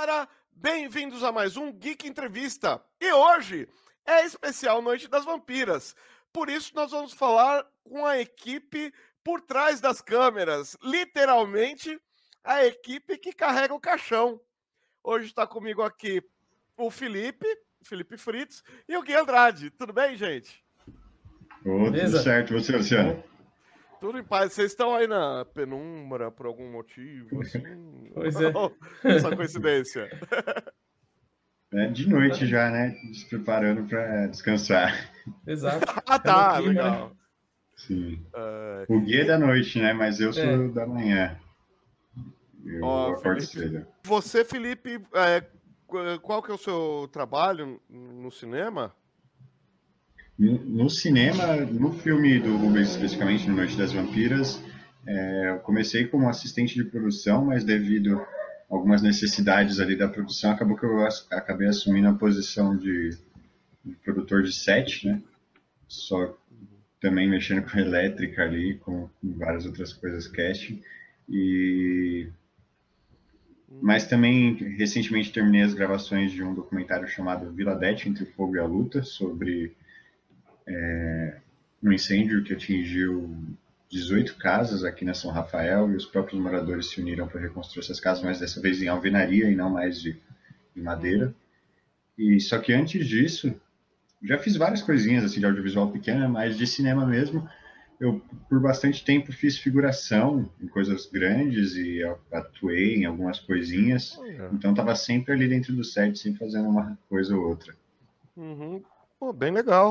galera, bem-vindos a mais um Geek Entrevista. E hoje é especial Noite das Vampiras. Por isso nós vamos falar com a equipe por trás das câmeras, literalmente a equipe que carrega o caixão. Hoje está comigo aqui o Felipe Fritz e o Gui Andrade. Tudo bem, gente? Tudo certo, você, Luciano? Tudo em paz. Vocês estão aí na penumbra por algum motivo, assim? Pois é. Só coincidência. É de noite já, né? Se preparando para descansar. Exato. Ah, tá, clima, legal. né? Sim. O Gui é da noite, né? Mas eu sou da manhã. Eu acordo cedo. Você, Felipe, qual que é o seu trabalho no cinema? No cinema, no filme do Rubens, especificamente no Noite das Vampiras, eu comecei como assistente de produção, mas devido a algumas necessidades ali da produção, acabou que eu acabei assumindo a posição de produtor de set, né? Só também mexendo com elétrica ali, com várias outras coisas, casting. Mas também, recentemente, terminei as gravações de um documentário chamado Viladete, Entre o Fogo e a Luta, sobre um incêndio que atingiu 18 casas aqui na São Rafael, e os próprios moradores se uniram para reconstruir essas casas, mas dessa vez em alvenaria e não mais de madeira. E só que antes disso, já fiz várias coisinhas assim de audiovisual pequena, mas de cinema mesmo, eu por bastante tempo fiz figuração em coisas grandes e atuei em algumas coisinhas. Então estava sempre ali dentro do set, sempre fazendo uma coisa ou outra. Pô, bem legal.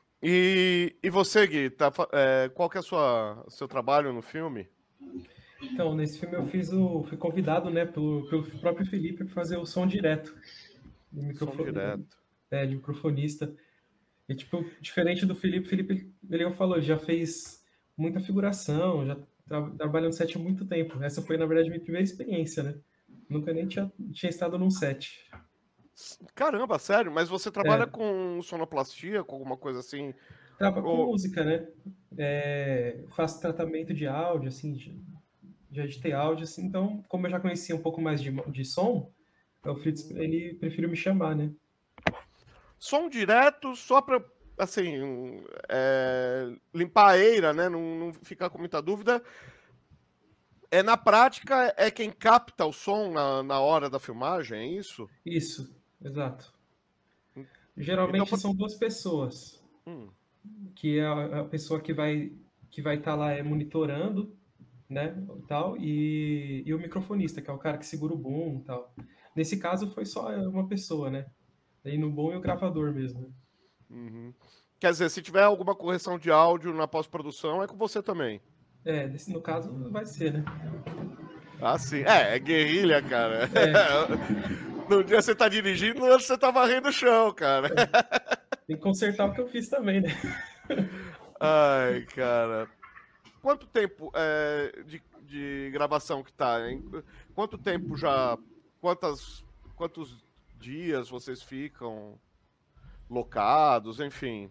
E você, Gui, qual que é o seu trabalho no filme? Então, nesse filme fui convidado, né, pelo próprio Felipe para fazer o som direto. Som direto. De microfonista. E, tipo, diferente do Felipe, ele falou, já fez muita figuração, já trabalha no set há muito tempo. Essa foi, na verdade, minha primeira experiência, né? Nunca nem tinha estado num set. Caramba, sério? Mas você trabalha com sonoplastia, com alguma coisa assim? Com música, né? Faço tratamento de áudio, assim, já editei áudio, assim, então, como eu já conhecia um pouco mais de som, o Fritz, ele preferiu me chamar, né? Som direto, só para, assim, limpar a eira, né? Não ficar com muita dúvida. Na prática, é quem capta o som na hora da filmagem, é isso? Isso, exato. Geralmente Então, são duas pessoas, que é a pessoa que vai estar lá monitorando, né, tal, e o microfonista, que é o cara que segura o boom e tal. Nesse caso foi só uma pessoa, né? Aí no boom e o gravador mesmo. Quer dizer, se tiver alguma correção de áudio na pós-produção, é com você também. No caso vai ser, né? Ah, sim. É guerrilha, cara. Num dia você tá dirigindo, no outro você tá varrendo o chão, cara. Tem que consertar o que eu fiz também, né? Ai, cara. Quanto tempo de gravação que tá, hein? Quanto tempo já... Quantos dias vocês ficam locados, enfim?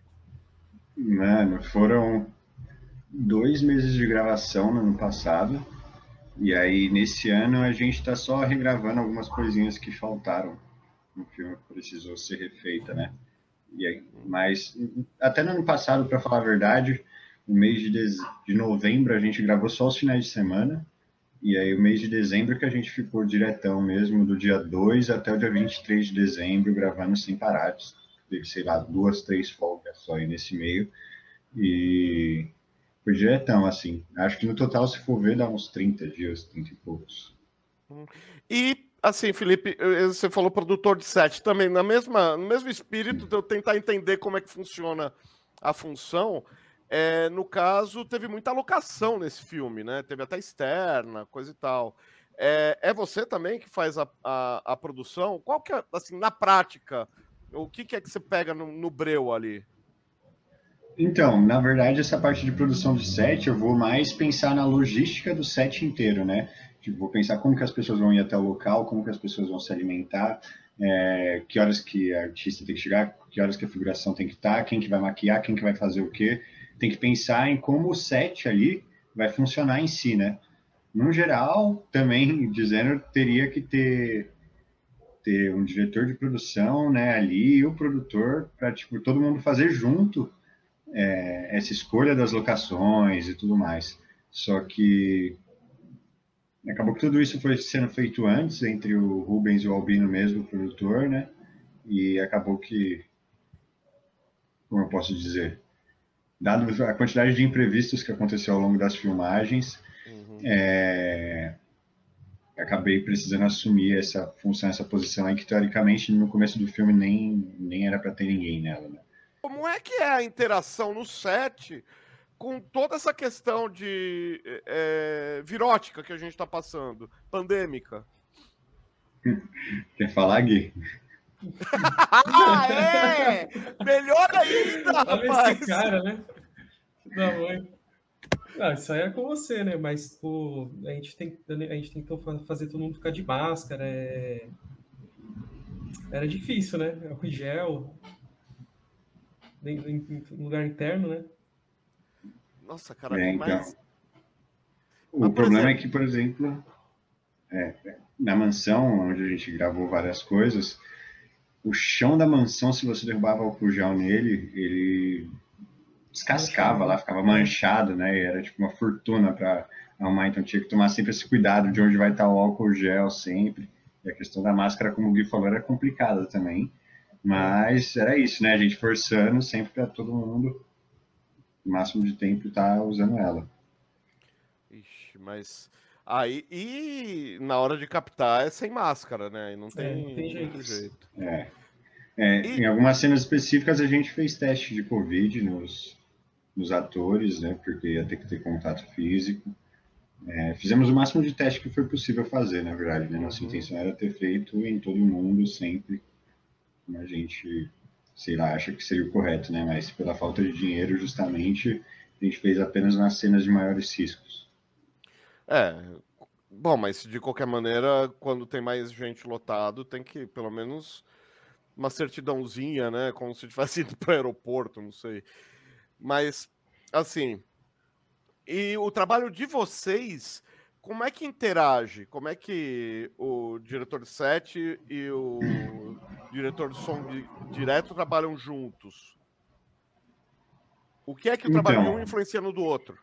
Mano, foram 2 meses de gravação no ano passado. E aí, nesse ano, a gente tá só regravando algumas coisinhas que faltaram no filme, que precisou ser refeita, né? E aí, mas até no ano passado, para falar a verdade, o mês de novembro a gente gravou só os finais de semana. E aí, o mês de dezembro que a gente ficou diretão mesmo, do dia 2 até o dia 23 de dezembro, gravando sem parar. Teve, sei lá, 2, 3 folgas só aí nesse meio. E foi diretão, assim. Acho que no total, se for ver, dá uns 30 dias, 30 e poucos. E, assim, Felipe, você falou produtor de set também, no mesmo espírito de eu tentar entender como é que funciona a função, no caso, teve muita alocação nesse filme, né? Teve até externa, coisa e tal. É você também que faz a produção? Qual que é, assim, na prática, o que é que você pega no breu ali? Então, na verdade, essa parte de produção de set, eu vou mais pensar na logística do set inteiro, né? Tipo, vou pensar como que as pessoas vão ir até o local, como que as pessoas vão se alimentar, que horas que a artista tem que chegar, que horas que a figuração tem que estar, quem que vai maquiar, quem que vai fazer o quê. Tem que pensar em como o set ali vai funcionar em si, né? No geral, também dizendo, teria que ter ter um diretor de produção, né, ali, e o produtor, para tipo, todo mundo fazer junto essa escolha das locações e tudo mais. Só que acabou que tudo isso foi sendo feito antes, entre o Rubens e o Albino mesmo, o produtor, né? E acabou que, como eu posso dizer, dado a quantidade de imprevistos que aconteceu ao longo das filmagens, acabei precisando assumir essa função, essa posição aí, que teoricamente no começo do filme nem era para ter ninguém nela, né? Como é que é a interação no set com toda essa questão de virótica que a gente está passando, pandêmica? Quer falar, Gui? É! Melhor ainda, rapaz! Esse cara, né? Da mãe. Isso aí é com você, né? Mas pô, a gente tentou fazer todo mundo ficar de máscara. Era difícil, né? O gel em lugar interno, né? Nossa, cara, Então, mas o por problema exemplo... é que, por exemplo, na mansão, onde a gente gravou várias coisas, o chão da mansão, se você derrubava álcool gel nele, ele descascava lá, ficava manchado, né? E era tipo uma fortuna para arrumar, então tinha que tomar sempre esse cuidado de onde vai estar o álcool gel sempre. E a questão da máscara, como o Gui falou, era complicada também. Mas era isso, né? A gente forçando sempre para todo mundo, o máximo de tempo, estar usando ela. Ixi, mas aí e na hora de captar é sem máscara, né? E não tem muito jeito. Em algumas cenas específicas a gente fez teste de Covid nos atores, né? Porque ia ter que ter contato físico. Fizemos o máximo de teste que foi possível fazer, na verdade, né? Nossa intenção era ter feito em todo mundo sempre, como a gente, sei lá, acha que seria o correto, né? Mas pela falta de dinheiro, justamente, a gente fez apenas nas cenas de maiores riscos. Bom, mas de qualquer maneira, quando tem mais gente lotado, tem que, pelo menos, uma certidãozinha, né? Como se tivesse ido para o aeroporto, não sei. Mas, assim, e o trabalho de vocês, como é que interage? Como é que o diretor de set e o diretor de som direto trabalham juntos? O que é que o trabalho de um influencia no do outro?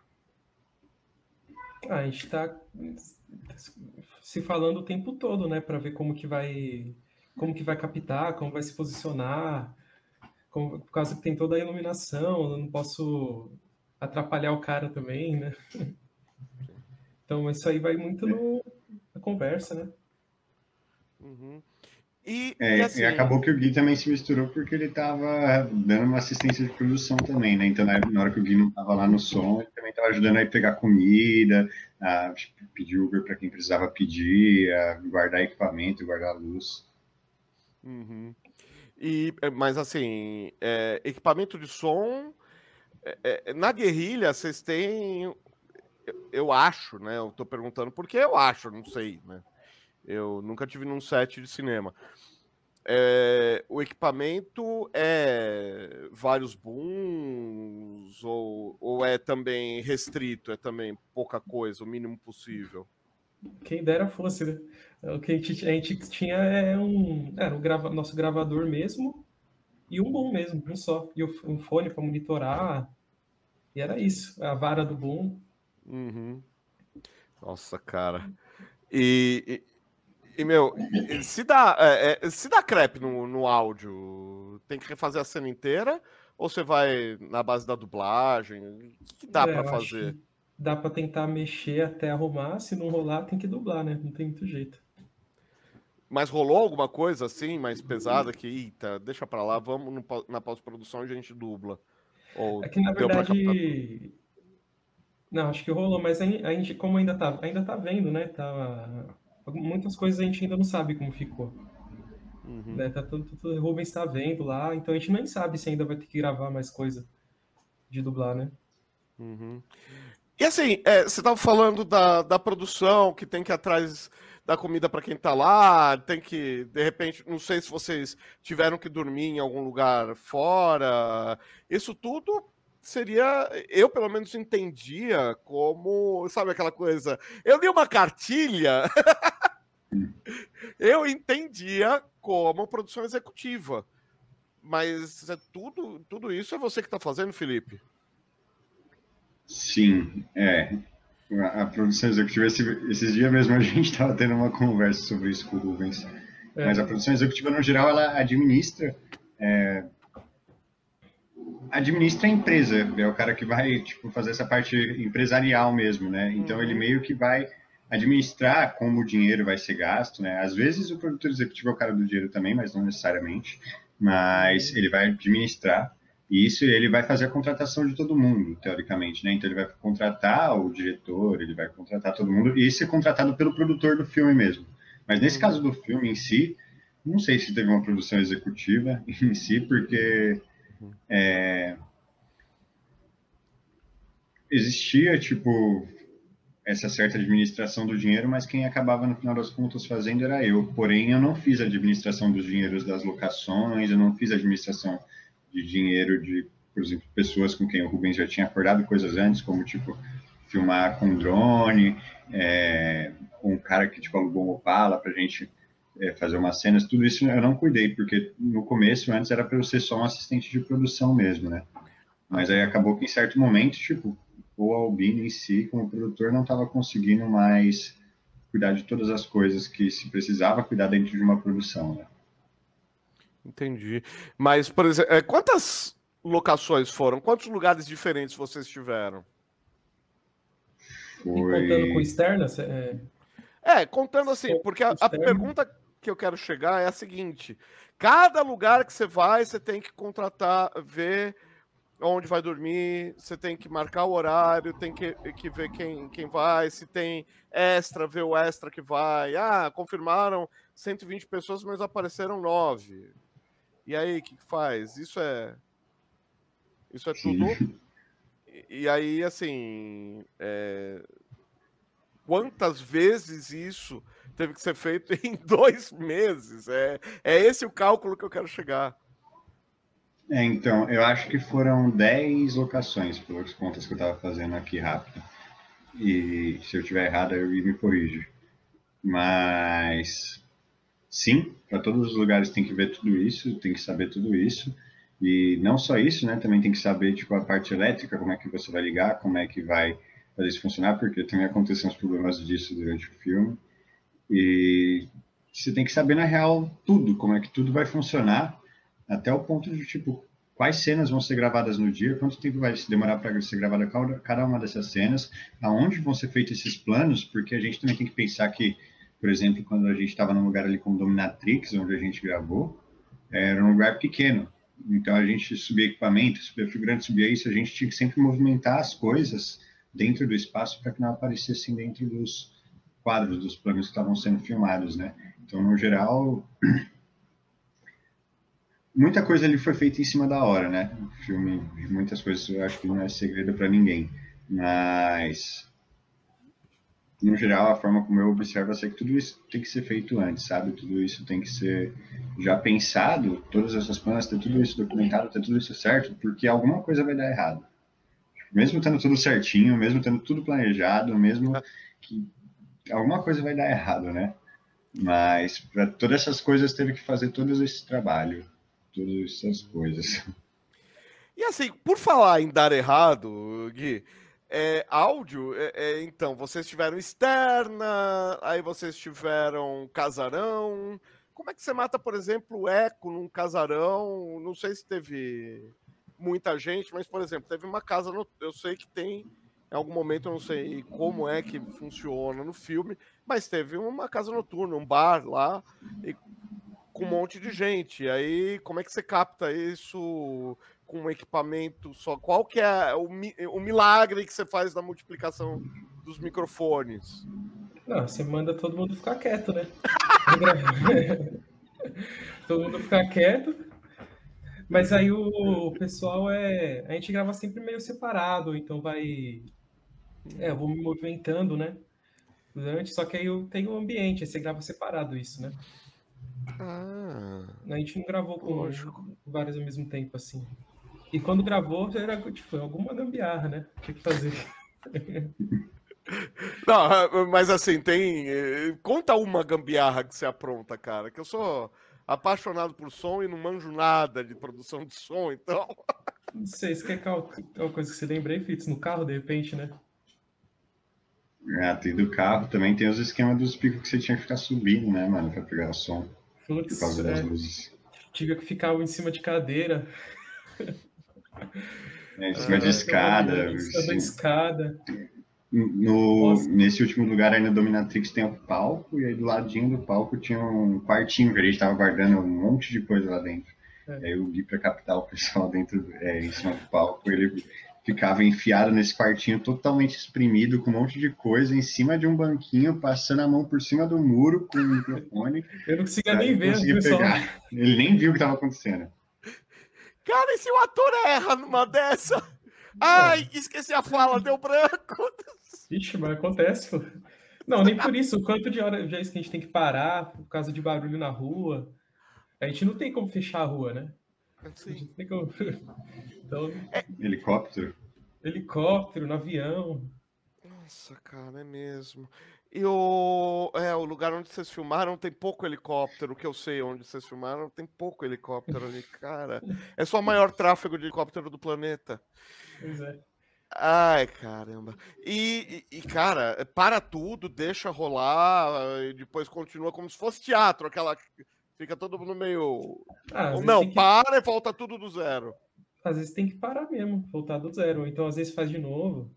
A gente está se falando o tempo todo, né, para ver como que vai captar, como vai se posicionar, por causa que tem toda a iluminação, eu não posso atrapalhar o cara também, né? Então isso aí vai muito na conversa, né? E acabou que o Gui também se misturou porque ele estava dando uma assistência de produção também, né? Então, na hora que o Gui não estava lá no som, ele também estava ajudando a pegar comida, a pedir Uber para quem precisava pedir, a guardar equipamento, guardar luz. Mas, assim, equipamento de som... na guerrilha, vocês têm... Eu acho, né? Eu tô perguntando porque eu acho, não sei, né? Eu nunca tive num set de cinema. O equipamento é vários booms ou é também restrito? É também pouca coisa, o mínimo possível? Quem dera fosse, né? O que a gente tinha era o nosso gravador mesmo e um boom mesmo, um só. E um fone para monitorar. E era isso, a vara do boom. Nossa, cara. E meu, se dá crepe no áudio, tem que refazer a cena inteira? Ou você vai na base da dublagem? O que dá pra fazer? Dá pra tentar mexer até arrumar. Se não rolar, tem que dublar, né? Não tem muito jeito. Mas rolou alguma coisa assim, mais pesada, que, eita, deixa pra lá, vamos na pós-produção e a gente dubla? Ou é que, na verdade... Não, acho que rolou, mas a gente, como ainda tá vendo, né? Muitas coisas a gente ainda não sabe como ficou. Né? O Rubens tá vendo lá, então a gente nem sabe se ainda vai ter que gravar mais coisa de dublar, né? E assim, você tava falando da produção, que tem que ir atrás da comida para quem tá lá, tem que, de repente, não sei se vocês tiveram que dormir em algum lugar fora, isso tudo seria, eu pelo menos entendia como, sabe aquela coisa, eu li uma cartilha, eu entendia ficou uma produção executiva. Mas tudo isso é você que está fazendo, Felipe? Sim, a produção executiva, esses dias mesmo a gente estava tendo uma conversa sobre isso com o Rubens. Mas a produção executiva, no geral, ela administra a empresa, é o cara que vai tipo, fazer essa parte empresarial mesmo, né? Então ele meio que vai administrar como o dinheiro vai ser gasto, né? Às vezes o produtor executivo é o cara do dinheiro também, mas não necessariamente. Mas ele vai administrar e isso ele vai fazer a contratação de todo mundo, teoricamente, né? Então ele vai contratar o diretor, ele vai contratar todo mundo e isso é contratado pelo produtor do filme mesmo. Mas nesse caso do filme em si, não sei se teve uma produção executiva em si, porque existia, tipo, essa certa administração do dinheiro, mas quem acabava, no final das contas, fazendo era eu. Porém, eu não fiz a administração dos dinheiros das locações, eu não fiz a administração de dinheiro de, por exemplo, pessoas com quem o Rubens já tinha acordado coisas antes, como, tipo, filmar com drone, um cara que, tipo, alugou um Opala pra gente fazer umas cenas, tudo isso eu não cuidei, porque no começo, antes, era para eu ser só um assistente de produção mesmo, né? Mas aí acabou que, em certo momento, tipo, o Albino em si, como produtor, não estava conseguindo mais cuidar de todas as coisas que se precisava cuidar dentro de uma produção, né? Entendi. Mas, por exemplo, quantas locações foram? Quantos lugares diferentes vocês tiveram? E contando com externa? Contando assim, porque a pergunta que eu quero chegar é a seguinte: cada lugar que você vai, você tem que contratar, ver onde vai dormir, você tem que marcar o horário, tem que ver quem vai, se tem extra, ver o extra que vai. Ah, confirmaram 120 pessoas, mas apareceram 9. E aí, o que faz? Isso é tudo? E aí, assim, quantas vezes isso teve que ser feito em 2 meses? É esse o cálculo que eu quero chegar. Então, eu acho que foram 10 locações, pelas contas que eu estava fazendo aqui rápido. E se eu estiver errado, eu me corrijo. Mas, sim, para todos os lugares tem que ver tudo isso, tem que saber tudo isso. E não só isso, né? Também tem que saber, tipo, a parte elétrica, como é que você vai ligar, como é que vai fazer isso funcionar, porque também aconteceram os problemas disso durante o filme. E você tem que saber, na real, tudo, como é que tudo vai funcionar, até o ponto de, tipo, quais cenas vão ser gravadas no dia, quanto tempo vai se demorar para ser gravada cada uma dessas cenas, aonde vão ser feitos esses planos, porque a gente também tem que pensar que, por exemplo, quando a gente estava num lugar ali como Dominatrix, onde a gente gravou, era um lugar pequeno. Então a gente subia equipamento, subia figurante, subia isso, a gente tinha que sempre movimentar as coisas dentro do espaço para que não aparecessem dentro dos quadros dos planos que estavam sendo filmados, né? Então, no geral, muita coisa ali foi feita em cima da hora, né? O filme, muitas coisas eu acho que não é segredo para ninguém, mas no geral, a forma como eu observo é que tudo isso tem que ser feito antes, sabe? Tudo isso tem que ser já pensado, todas essas planas, ter tudo isso documentado, ter tudo isso certo, porque alguma coisa vai dar errado. Mesmo tendo tudo certinho, mesmo tendo tudo planejado, mesmo que alguma coisa vai dar errado, né? Mas para todas essas coisas teve que fazer todo esse trabalho, todas essas coisas. E assim, por falar em dar errado, Gui, áudio, então, vocês tiveram externa, aí vocês tiveram casarão. Como é que você mata, por exemplo, o eco num casarão? Não sei se teve muita gente, mas, por exemplo, teve uma casa, eu sei que tem, em algum momento, eu não sei como é que funciona no filme, mas teve uma casa noturna, um bar lá, com um monte de gente. E aí, como é que você capta isso com um equipamento só? Qual que é o milagre que você faz na multiplicação dos microfones? Não, você manda todo mundo ficar quieto, né? Todo mundo ficar quieto. Mas aí o pessoal a gente grava sempre meio separado, então eu vou me movimentando, né? Só que aí eu tenho um ambiente, aí você grava separado isso, né? A gente não gravou com vários ao mesmo tempo, assim. E quando gravou, já era tipo, alguma gambiarra, né? Tinha que fazer. Não, mas assim, conta uma gambiarra que você apronta, cara, que eu sou apaixonado por som e não manjo nada de produção de som, então... Não sei, isso que é uma coisa que você lembrei, Fitz, no carro, de repente, né? Ah, tem do carro, também tem os esquemas dos picos que você tinha que ficar subindo, né, mano, pra pegar o som, por causa das luzes. Tinha que ficar em cima de cadeira. Em cima de escada. Em cima da escada. Nesse último lugar aí no Dominatrix tem o palco, e aí do ladinho do palco tinha um quartinho que a gente tava guardando um monte de coisa lá dentro. Aí eu vi pra captar o pessoal dentro, em cima do palco, ele ficava enfiado nesse quartinho totalmente espremido, com um monte de coisa, em cima de um banquinho, passando a mão por cima do muro com o microfone. Eu não conseguia nem ver, pessoal. Ele nem viu o que tava acontecendo. Cara, e se o ator erra numa dessa? Ai, esqueci a fala, deu branco. Ixi, mas acontece, pô. Não, nem por isso. O quanto de hora já é isso que a gente tem que parar por causa de barulho na rua. A gente não tem como fechar a rua, né? Sim. A gente tem como... Então, Helicóptero, no avião. Nossa, cara, é mesmo. E o lugar onde vocês filmaram tem pouco helicóptero, que eu sei onde vocês filmaram, tem pouco helicóptero ali, cara. É só o maior tráfego de helicóptero do planeta. Pois é. Ai, caramba. E, cara, para tudo, deixa rolar, e depois continua como se fosse teatro, aquela... Fica todo mundo meio... Ou não, para e volta tudo do zero. Às vezes tem que parar mesmo, voltar do zero. Ou então, às vezes, faz de novo.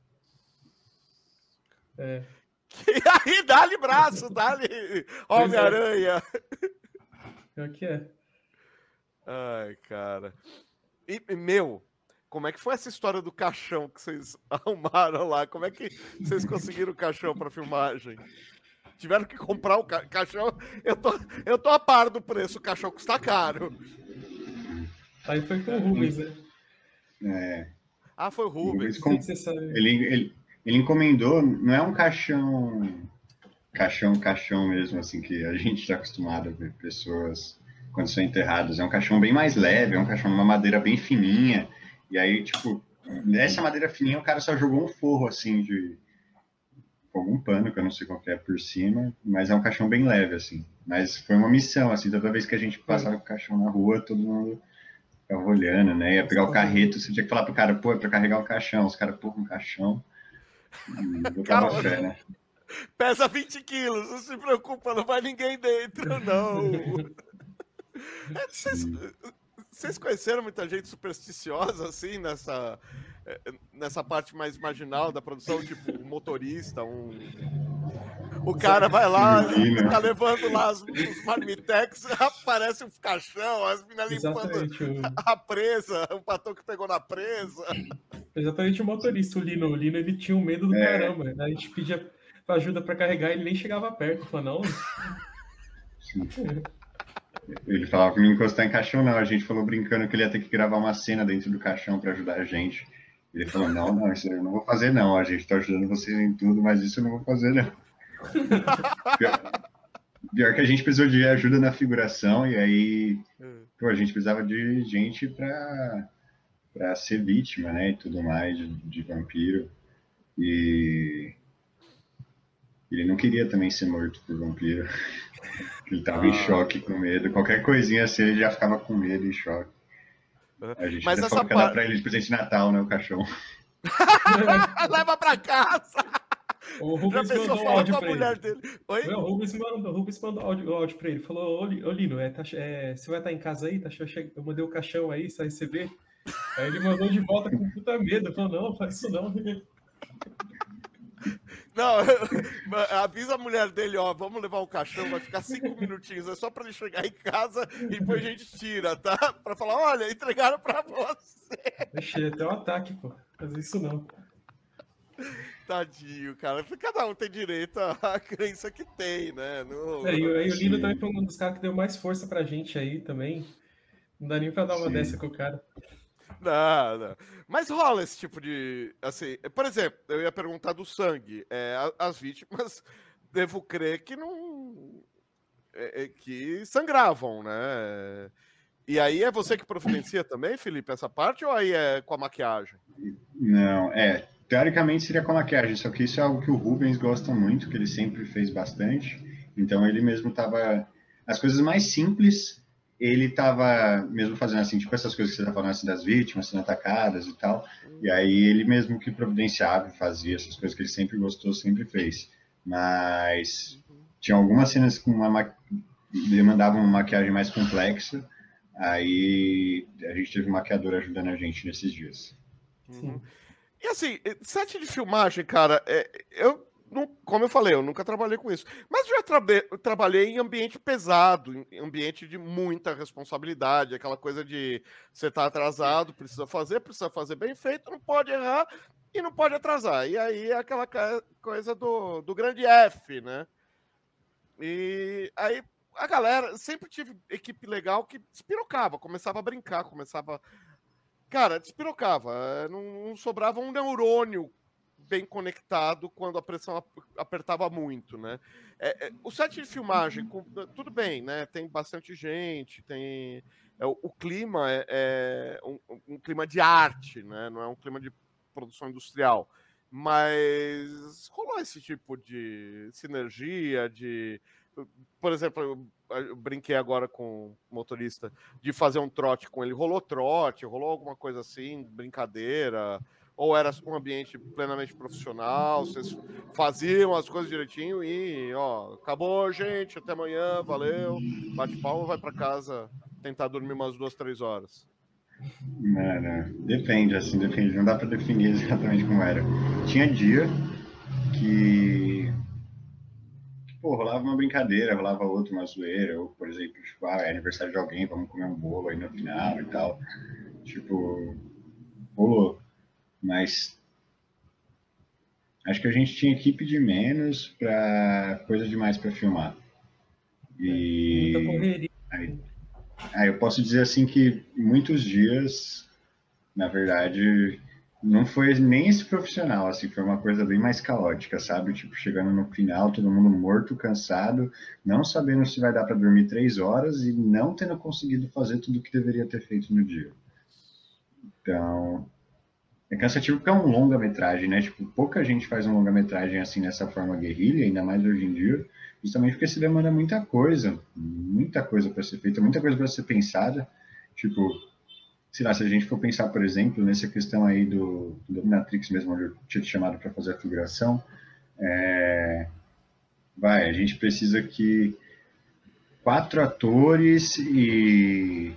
E aí, dá-lhe braço, dá-lhe Homem-Aranha. É o que é. Ai, cara. E, como é que foi essa história do caixão que vocês arrumaram lá? Como é que vocês conseguiram o caixão para filmagem? Tiveram que comprar o caixão? Eu tô a par do preço, o caixão custa caro. Aí foi com o Rubens, né? Ah, foi o Rubens. Ele encomendou, não é um caixão mesmo, assim, que a gente está acostumado a ver pessoas quando são enterradas. É um caixão bem mais leve, é um caixão numa madeira bem fininha. E aí, tipo, nessa madeira fininha o cara só jogou um forro, assim, de algum pano, que eu não sei qual que é por cima, mas é um caixão bem leve, assim. Mas foi uma missão, assim, toda vez que a gente passava com o caixão na rua, todo mundo ficava olhando, né? Ia pegar o carreto, você tinha que falar pro cara, pô, é pra carregar o caixão. Os caras, pô, um caixão. Calma, fé, né? Pesa 20 quilos, não se preocupa, não vai ninguém dentro, não. Vocês conheceram muita gente supersticiosa, assim, nessa parte mais marginal da produção, tipo um motorista, o cara vai lá, tá levando lá os marmitex, aparece um caixão, as meninas limpando a presa, o patrão que pegou na presa. Exatamente o motorista, o Lino. O Lino, ele tinha um medo do caramba. A gente pedia ajuda pra carregar, ele nem chegava perto. Falou, não... Ele falava que não encostar em caixão, não. A gente falou brincando que ele ia ter que gravar uma cena dentro do caixão para ajudar a gente. Ele falou, não, isso eu não vou fazer, não. A gente tá ajudando vocês em tudo, mas isso eu não vou fazer, não. Pior que a gente precisou de ajuda na figuração, e aí a gente precisava de gente para ser vítima, né, e tudo mais, de vampiro. E ele não queria também ser morto por vampiro. Ele tava em choque, com medo. Qualquer coisinha assim, ele já ficava com medo e choque. A gente até falou que ia dar pra ele de presente de Natal, né, o caixão. Leva pra casa! O Rubens mandou um áudio pra ele. Dele. Oi? O Rubens mandou áudio pra ele. Falou, ô Lino, você vai estar em casa aí? Eu mandei o caixão aí, só receber. Aí ele mandou de volta com puta medo. Falou, não, faz isso não. Não, avisa a mulher dele, ó, vamos levar o caixão, vai ficar 5 minutinhos, é só pra ele chegar em casa e depois a gente tira, tá? Pra falar, olha, entregaram pra você. Achei até um ataque, pô, fazer isso não. Tadinho, cara, cada um tem direito à crença que tem, né? E o Lino também foi um dos caras que deu mais força pra gente aí também, não dá nem pra dar uma dessa com o cara. Não. Mas rola esse tipo de... Assim, por exemplo, eu ia perguntar do sangue. As vítimas, devo crer que não... que sangravam, né? E aí é você que providencia também, Felipe, essa parte? Ou aí é com a maquiagem? Não, teoricamente seria com a maquiagem, só que isso é algo que o Rubens gosta muito, que ele sempre fez bastante. Então ele mesmo tava... As coisas mais simples... ele tava mesmo fazendo assim, tipo essas coisas que você tá falando assim das vítimas sendo atacadas e tal, e aí ele mesmo que providenciava e fazia essas coisas que ele sempre gostou, sempre fez. Mas tinha algumas cenas com demandavam uma maquiagem mais complexa, aí a gente teve um maquiador ajudando a gente nesses dias. Sim. E assim, set de filmagem, cara, eu não, como eu falei, eu nunca trabalhei com isso. Mas já trabalhei em ambiente pesado, em ambiente de muita responsabilidade, aquela coisa de você tá atrasado, precisa fazer bem feito, não pode errar e não pode atrasar. E aí é aquela coisa do grande F, né? E aí a galera, sempre tive equipe legal que despirocava, começava a brincar, Cara, despirocava. Não sobrava um neurônio bem conectado quando a pressão apertava muito, né? O set de filmagem, tudo bem, né? Tem bastante gente, o clima é um clima de arte, né? Não é um clima de produção industrial. Mas rolou esse tipo de sinergia, por exemplo, eu brinquei agora com o motorista de fazer um trote com ele. Rolou trote, rolou alguma coisa assim, brincadeira? Ou era um ambiente plenamente profissional? Vocês faziam as coisas direitinho e, ó, acabou, gente, até amanhã, valeu, bate palma, vai para casa tentar dormir umas 2, 3 horas. Não, depende, assim, depende. Não dá para definir exatamente como era. Tinha dia que pô, rolava uma brincadeira, rolava outra, uma zoeira, ou, por exemplo, tipo, é aniversário de alguém, vamos comer um bolo aí no final e tal. Tipo, rolou. Mas acho que a gente tinha equipe de menos pra coisa demais para filmar. Muita correria. Aí eu posso dizer assim que muitos dias, na verdade, não foi nem esse profissional, assim, foi uma coisa bem mais caótica, sabe? Tipo, chegando no final, todo mundo morto, cansado, não sabendo se vai dar para dormir 3 horas e não tendo conseguido fazer tudo o que deveria ter feito no dia. Então, é cansativo porque é um longa-metragem, né? Tipo, pouca gente faz um longa-metragem assim nessa forma guerrilha, ainda mais hoje em dia, justamente porque se demanda muita coisa para ser feita, muita coisa para ser pensada. Tipo, sei lá, se a gente for pensar, por exemplo, nessa questão aí do Dominatrix mesmo, onde eu tinha te chamado para fazer a figuração, a gente precisa que 4 atores e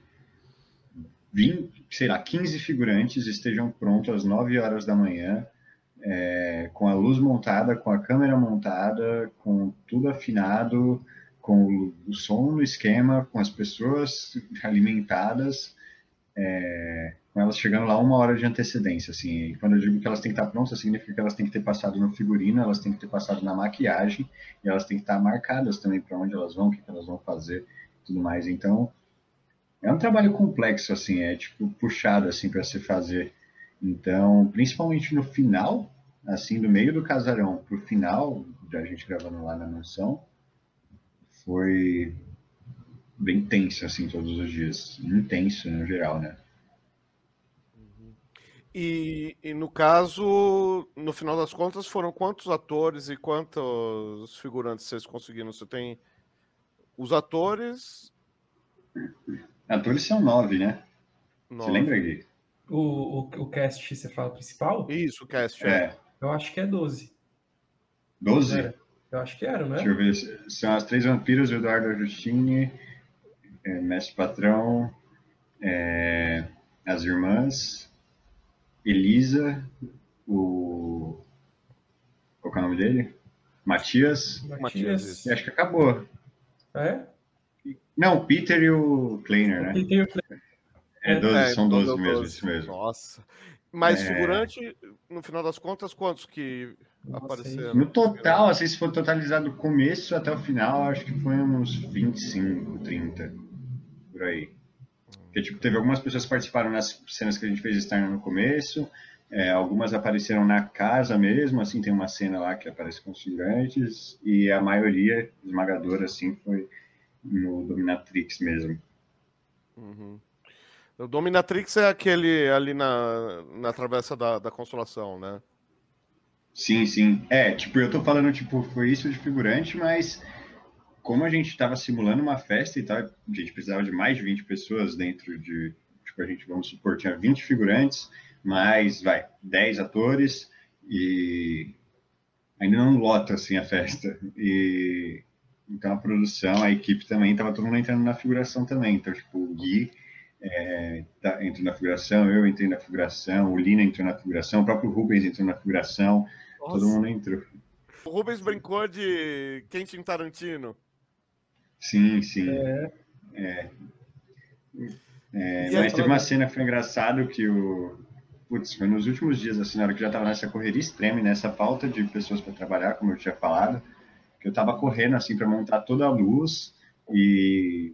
20, sei lá, 15 figurantes estejam prontos às 9 horas da manhã, com a luz montada, com a câmera montada, com tudo afinado, com o som no esquema, com as pessoas alimentadas, com elas chegando lá 1 hora de antecedência, assim. E quando eu digo que elas têm que estar prontas, significa que elas têm que ter passado no figurino, elas têm que ter passado na maquiagem, e elas têm que estar marcadas também para onde elas vão, o que elas vão fazer, tudo mais. Então, é um trabalho complexo, assim, é tipo puxado assim para se fazer. Então, principalmente no final, assim, do meio do casarão pro final, da gente gravando lá na mansão, foi bem tenso, assim, todos os dias. Intenso, no geral, né? E no caso, no final das contas, foram quantos atores e quantos figurantes vocês conseguiram? Você tem os atores. Atores são 9, né? Você lembra, 9. Gui? O cast, você fala principal? Isso, o cast Eu acho que é 12. 12? Eu acho que era, não é? Deixa eu ver. São as 3 vampiras, o Eduardo Agostini, Mestre Patrão, as irmãs, Elisa, qual é o nome dele? Matias. E acho que acabou. É? Não, o Peter e o Kleiner, né? Peter e o Kleiner. 12, são 12 mesmo, isso mesmo. Nossa. Mas figurante, no final das contas, quantos que apareceram? No total, assim, se for totalizar do começo até o final, acho que foi uns 25, 30, por aí. Porque, tipo, teve algumas pessoas que participaram nas cenas que a gente fez externa no começo, algumas apareceram na casa mesmo, assim, tem uma cena lá que aparece com os figurantes, e a maioria esmagadora, assim, foi no Dominatrix mesmo. Uhum. O Dominatrix é aquele ali na Travessa da Consolação, né? Sim, sim. Tipo, eu tô falando, tipo, foi isso de figurante, mas como a gente estava simulando uma festa e tal, a gente precisava de mais de 20 pessoas dentro de, tipo, a gente, vamos supor, tinha 20 figurantes, mais, 10 atores, e ainda não lota, assim, a festa. E então a produção, a equipe também, estava todo mundo entrando na figuração também. Então, tipo, o Gui entrou na figuração, eu entrei na figuração, o Lina entrou na figuração, o próprio Rubens entrou na figuração, todo mundo entrou. O Rubens brincou de Quentin Tarantino. Sim, sim. Mas teve uma cena que foi engraçado que foi nos últimos dias, assim, na hora que eu já estava nessa correria extrema, nessa falta de pessoas para trabalhar, como eu tinha falado, que eu estava correndo, assim, para montar toda a luz e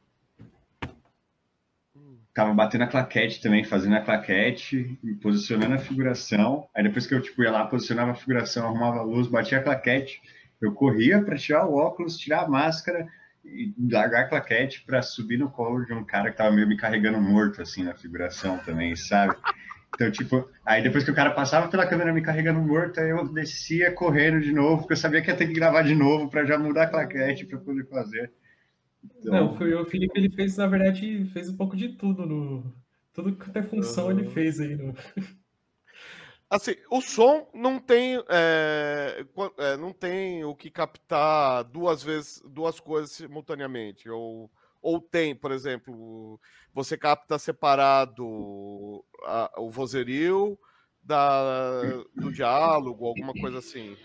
tava batendo a claquete também, fazendo a claquete, posicionando a figuração. Aí depois que eu ia lá, posicionava a figuração, arrumava a luz, batia a claquete, eu corria para tirar o óculos, tirar a máscara e largar a claquete para subir no colo de um cara que tava meio me carregando morto, assim, na figuração também, sabe? Então, aí depois que o cara passava pela câmera me carregando morto, aí eu descia correndo de novo, porque eu sabia que ia ter que gravar de novo para já mudar a claquete para poder fazer. Então... Não, o Felipe, ele fez, na verdade, fez um pouco de tudo. Tudo que tem função ele fez aí. Assim, o som não tem, não tem o que captar duas coisas simultaneamente. Ou tem, por exemplo, você capta separado o vozerio do diálogo, alguma coisa assim.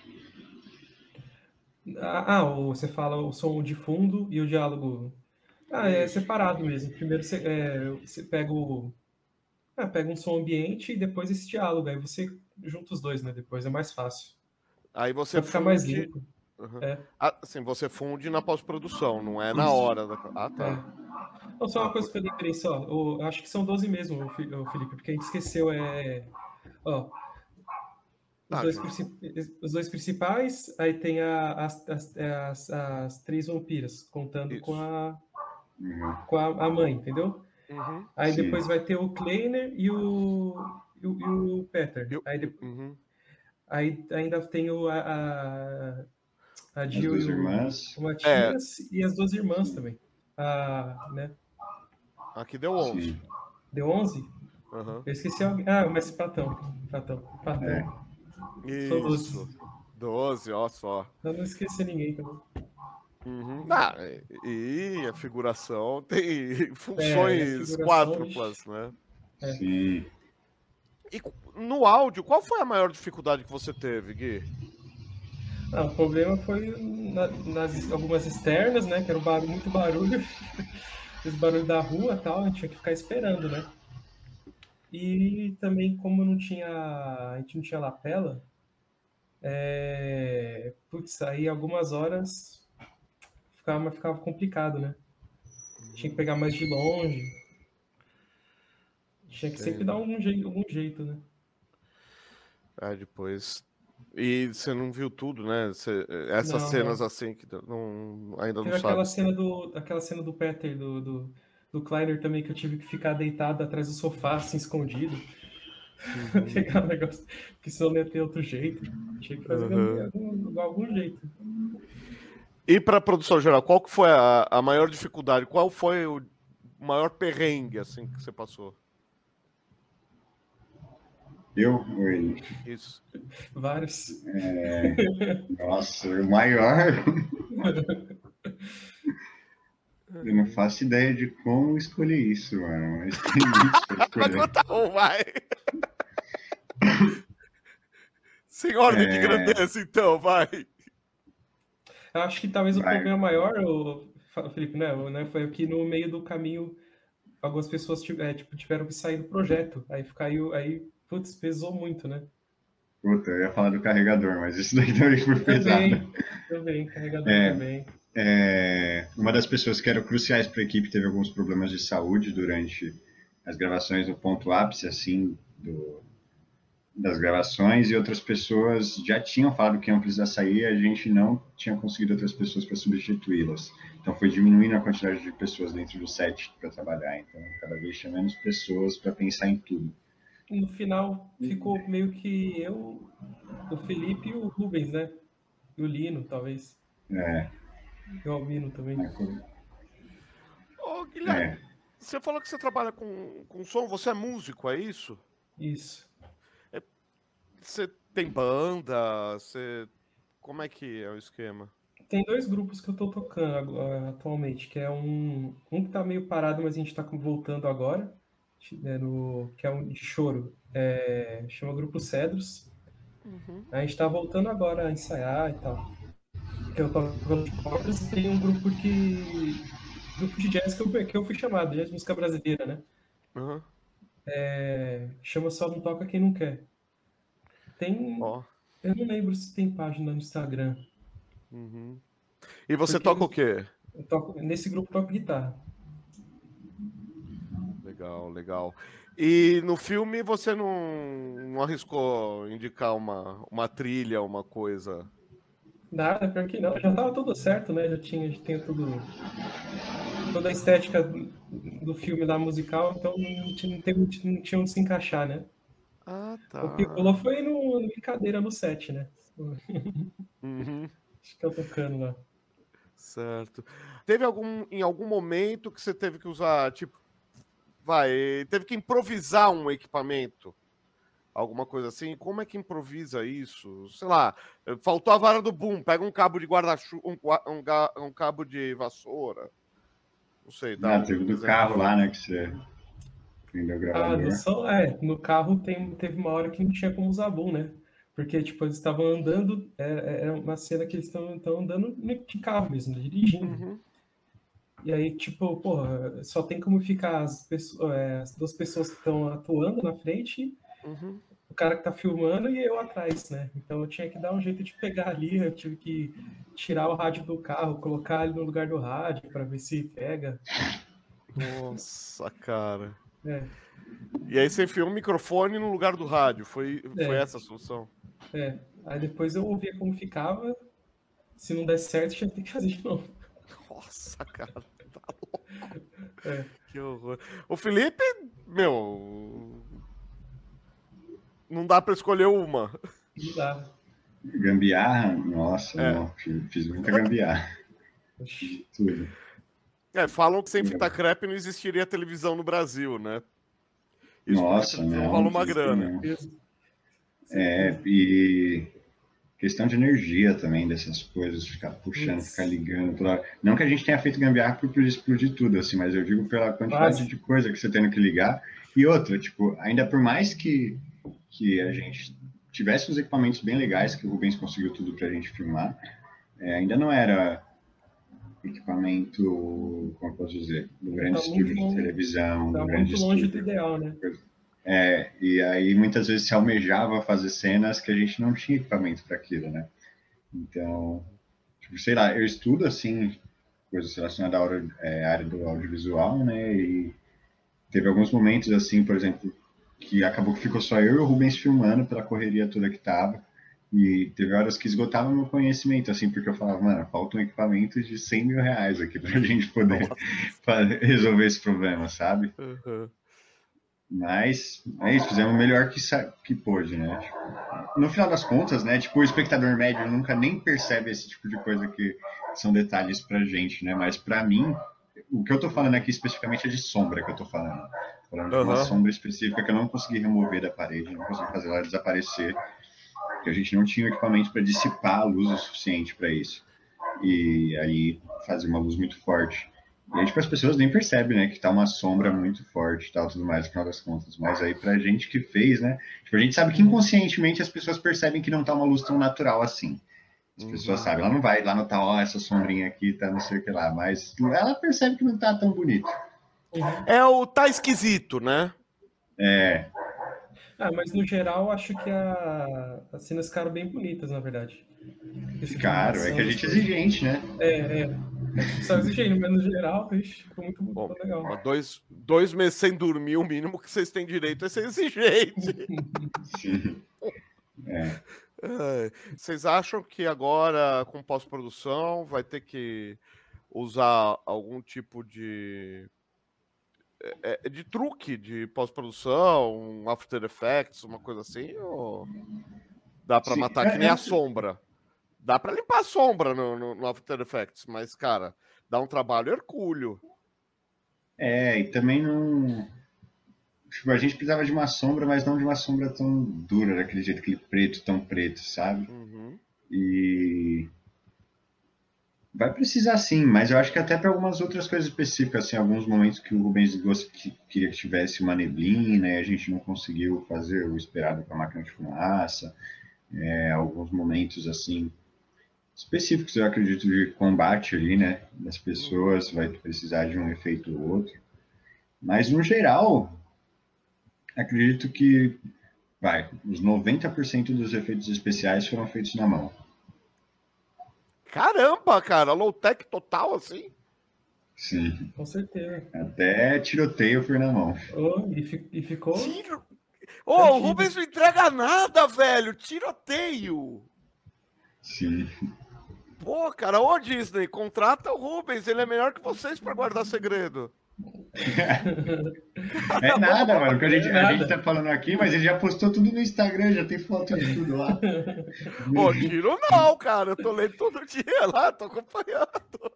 Você fala o som de fundo e o diálogo. É separado mesmo. Primeiro você pega pega um som ambiente e depois esse diálogo. Aí você junta os dois, né? Depois é mais fácil. Aí você pra ficar mais limpo. Uhum. Assim, você funde na pós-produção, não é na hora da... tá. Não, só uma coisa que eu lembrei só. Eu acho que são 12 mesmo, Felipe, porque a gente esqueceu. Os dois principais, aí tem as 3 vampiras, contando com a mãe, entendeu? Uhum. Aí depois vai ter o Kleiner e o Peter. Aí ainda tem a Jill e o Matias e as 2 irmãs também. Né? Aqui deu 11. Sim. Deu 11? Uhum. Eu esqueci alguém. Mas Platão. Isso. 12, ó só. Eu não esqueci ninguém também. Uhum. E a figuração tem funções quádruplas, né? Sim. E no áudio, qual foi a maior dificuldade que você teve, Gui? O problema foi nas algumas externas, né? Que era muito barulho. Esse barulho da rua e tal, a gente tinha que ficar esperando, né? E também, como a gente não tinha lapela, aí algumas horas ficava complicado, né? Tinha que pegar mais de longe. Tinha que sempre dar algum jeito, né? Depois... E você não viu tudo, né? Essas cenas assim que ainda não sabe. Aquela cena do Peter, do Kleiner também, que eu tive que ficar deitado atrás do sofá, assim, escondido. Pegar um negócio, porque senão não ia ter outro jeito. Tinha que fazer algum jeito. E para a produção geral, qual que foi a maior dificuldade? Qual foi o maior perrengue assim que você passou? Eu ou ele? Isso. Vários. Nossa, o maior. Eu não faço ideia de como escolher isso, mano. Mas tem muitos pra escolher. Vai contar um, vai. Sem ordem de grandeza, então, vai. Eu acho que talvez o problema maior, Felipe, né, foi que no meio do caminho algumas pessoas tiveram que sair do projeto. Aí pesou muito, né? Puta, eu ia falar do carregador, mas isso daí também foi pesado. Também, carregador também. Uma das pessoas que eram cruciais para a equipe teve alguns problemas de saúde durante as gravações no ponto ápice, assim, das gravações, e outras pessoas já tinham falado que iam precisar sair e a gente não tinha conseguido outras pessoas para substituí-las. Então foi diminuindo a quantidade de pessoas dentro do set para trabalhar. Então cada vez tinha menos pessoas para pensar em tudo. No final ficou meio que eu, o Felipe e o Rubens, né? E o Lino, talvez. Eu albino também. Ô, Guilherme, você falou que você trabalha com som, você é músico, é isso? Isso. Você tem banda? Como é que é o esquema? Tem 2 grupos que eu tô tocando atualmente, que é um que tá meio parado, mas a gente tá voltando agora, que é um de choro. Chama Grupo Cedros. A gente tá voltando agora a ensaiar e tal. Que eu toco violão de cordas, e tem um grupo de jazz que eu fui chamado, jazz de música brasileira, né? Uhum. Chama Só Não Toca Quem Não Quer. Ó. Eu não lembro se tem página no Instagram. Uhum. E você Porque toca o quê? Nesse grupo eu toco guitarra. Legal, legal. E no filme você não arriscou indicar uma trilha, uma coisa? Nada, pior que não. Já tava tudo certo, né? Já tinha toda a estética do filme lá musical, então não tinha onde se encaixar, né? Ah, O que rolou tá. foi no brincadeira no set, né? Uhum. Acho que eu tocando lá. Certo. Teve em algum momento que você teve que usar, tipo, teve que improvisar um equipamento? Alguma coisa assim? Como é que improvisa isso? Sei lá, faltou a vara do boom, pega um cabo de guarda-chuva, um cabo de vassoura. Não sei, dá Ah, um teve do exemplo. carro lá, né, que você prendeu o Do gravador. som, no carro teve uma hora que não tinha como usar boom, né? Porque, tipo, eles estavam andando, era uma cena que eles estão andando de carro mesmo, dirigindo. Uhum. E aí, tipo, porra, só tem como ficar as 2 pessoas que estão atuando na frente, Uhum. o cara que tá filmando e eu atrás, né? Então eu tinha que dar um jeito de pegar ali, eu tive que tirar o rádio do carro, colocar ele no lugar do rádio para ver se pega. Nossa, cara. É, E aí você enfiou um microfone no lugar do rádio. Foi é, essa a solução? Aí depois eu ouvia como ficava, se não desse certo, tinha que fazer de novo. Nossa, cara, tá louco. É. Que horror. O Felipe, meu, não dá pra escolher uma. Não dá. Gambiarra, nossa, É. não, fiz muita gambiarra. Oxi. Tudo. Falam que sem fita crepe não existiria televisão no Brasil, né? Isso porque a Nossa, televisão não, rola não uma existe grana. não. Certeza. E questão de energia também dessas coisas, ficar puxando, ficar Putz, ligando toda hora. Não que a gente tenha feito gambiarra por explodir tudo, assim, mas eu digo pela quantidade quase. de coisa que você tem que ligar. E outra, tipo, ainda por mais que a gente tivesse os equipamentos bem legais, que o Rubens conseguiu tudo pra gente filmar, ainda não era equipamento, como eu posso dizer, do grande Tá estúdio muito de longe, televisão, do tá grande muito longe do estúdio. ideal, né? E aí muitas vezes se almejava fazer cenas que a gente não tinha equipamento para aquilo, né? Então, tipo, sei lá, eu estudo assim coisas relacionadas à área do audiovisual, né? E teve alguns momentos assim, por exemplo, que acabou que ficou só eu e o Rubens filmando pela correria toda que tava. E teve horas que esgotava meu conhecimento, assim, porque eu falava, mano, falta um equipamento de 100 mil reais aqui pra gente poder resolver esse problema, sabe? Uhum. Mas é isso, fizemos o melhor que pôde, né? Tipo, no final das contas, né? Tipo, o espectador médio nunca nem percebe esse tipo de coisa que são detalhes pra gente, né? Mas pra mim, o que eu tô falando aqui especificamente é de sombra que eu tô falando. Tô falando de uma Uhum. sombra específica que eu não consegui remover da parede, não consegui fazer ela desaparecer, porque a gente não tinha equipamento para dissipar a luz o suficiente para isso. E aí fazer uma luz muito forte. E aí, tipo, as pessoas nem percebem, né, que tá uma sombra muito forte e tal, tudo mais, no final das contas. Mas aí, pra gente que fez, né, tipo, a gente sabe que inconscientemente as pessoas percebem que não tá uma luz tão natural assim. As pessoas Uhum. sabem, ela não vai lá notar, ó, essa sombrinha aqui tá não sei o que lá, mas ela percebe que não tá tão bonito. É o tá esquisito, né? É, Mas no geral, acho que as cenas ficaram bem bonitas, na verdade. Questão de ficaram, é iluminação, que a essas gente é coisas. exigente, né? A gente precisa exigir, mas no geral, ficou muito Bom, legal. mas dois meses sem dormir, o mínimo que vocês têm direito é ser exigente. Sim. É. Vocês acham que agora, com pós-produção, vai ter que usar algum tipo de truque de pós-produção, um After Effects, uma coisa assim? Ou dá para Sim. matar que nem a sombra? Dá pra limpar a sombra no After Effects, mas, cara, dá um trabalho hercúleo. E também não... Tipo, a gente precisava de uma sombra, mas não de uma sombra tão dura, daquele jeito, aquele preto tão preto, sabe? E... vai precisar sim, mas eu acho que até para algumas outras coisas específicas, assim, alguns momentos que o Rubens queria que tivesse uma neblina e a gente não conseguiu fazer o esperado com a máquina de fumaça, alguns momentos, assim, específicos, eu acredito, de combate ali, né, das pessoas, vai precisar de um efeito ou outro, mas no geral, acredito que, os 90% dos efeitos especiais foram feitos na mão. Caramba, cara, low-tech total, assim? Sim. Com certeza. Até tiroteio foi na mão. E ficou... o Rubens não entrega nada, velho! Tiroteio! Sim. Pô, cara, ô Disney, contrata o Rubens, ele é melhor que vocês pra guardar segredo. É nada, mano, porque a gente tá falando aqui, mas ele já postou tudo no Instagram, já tem foto de tudo lá. Pô, tiro não, cara, eu tô lendo todo dia lá, tô acompanhando.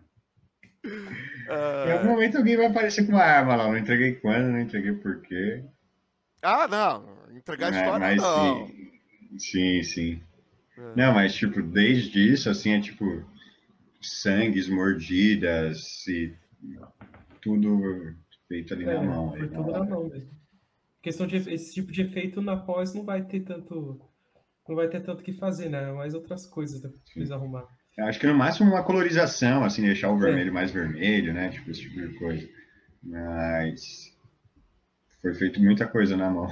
Em algum momento alguém vai aparecer com uma arma lá, não entreguei quando, não entreguei por quê. Ah, não, entregar a história mas, não. Sim. Não, mas tipo, desde isso, assim, é tipo, sangues, mordidas e tudo feito ali na mão. Foi tudo na mão mesmo. Questão de esse tipo de efeito na pós não vai ter tanto que fazer, né? Mais outras coisas depois arrumar. Eu acho que no máximo uma colorização, assim, deixar o vermelho mais vermelho, né? Tipo, esse tipo de coisa. Mas foi feito muita coisa na mão.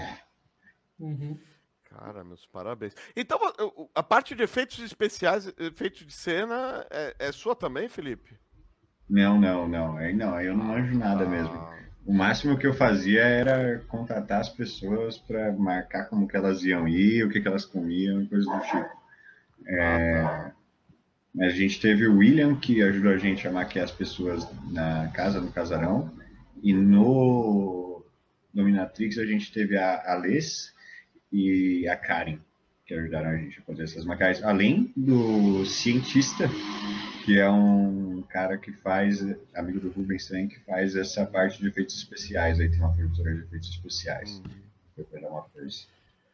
Cara, meus parabéns. Então, a parte de efeitos especiais, efeitos de cena, é sua também, Felipe? Não, eu não manjo nada mesmo. O máximo que eu fazia era contratar as pessoas para marcar como que elas iam ir, o que elas comiam e coisas do tipo. A gente teve o William, que ajudou a gente a maquiar as pessoas na casa, no casarão. E no Dominatrix a gente teve a Alês e a Karen, que ajudaram a gente a fazer essas maquiagens. Além do cientista, que é um cara que faz, amigo do Rubens também, que faz essa parte de efeitos especiais. Aí tem uma produtora de efeitos especiais. Foi pegar uma força.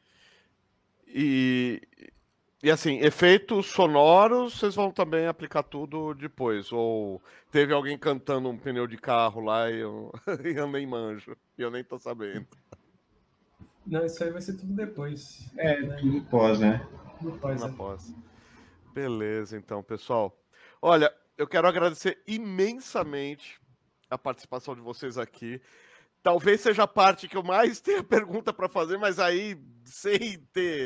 E assim, efeitos sonoros, vocês vão também aplicar tudo depois? Ou teve alguém cantando um pneu de carro lá e eu nem manjo, e eu nem tô sabendo? Não, isso aí vai ser tudo depois. Tudo pós, né? Tudo pós. Beleza, então, pessoal. Olha, eu quero agradecer imensamente a participação de vocês aqui. Talvez seja a parte que eu mais tenha pergunta para fazer, mas aí, sem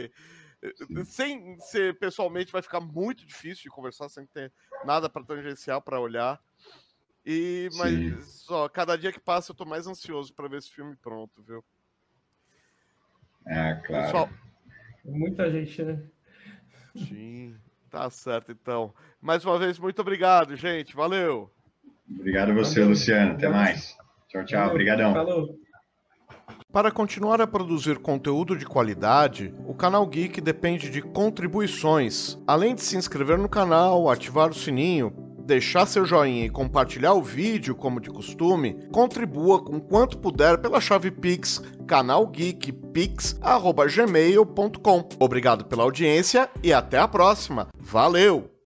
ser pessoalmente, vai ficar muito difícil de conversar, sem ter nada para tangencial para olhar. Mas só, cada dia que passa eu tô mais ansioso para ver esse filme pronto, viu? Claro. Pessoal, muita gente, né? Sim, tá certo, então. Mais uma vez, muito obrigado, gente. Valeu. Obrigado a você, Luciano. Até mais. Tchau. Obrigadão. Falou. Para continuar a produzir conteúdo de qualidade, o Canal Geek depende de contribuições. Além de se inscrever no canal, ativar o sininho, deixar seu joinha e compartilhar o vídeo como de costume, contribua com quanto puder pela chave Pix, canalgeekpix@gmail.com. Obrigado pela audiência e até a próxima. Valeu!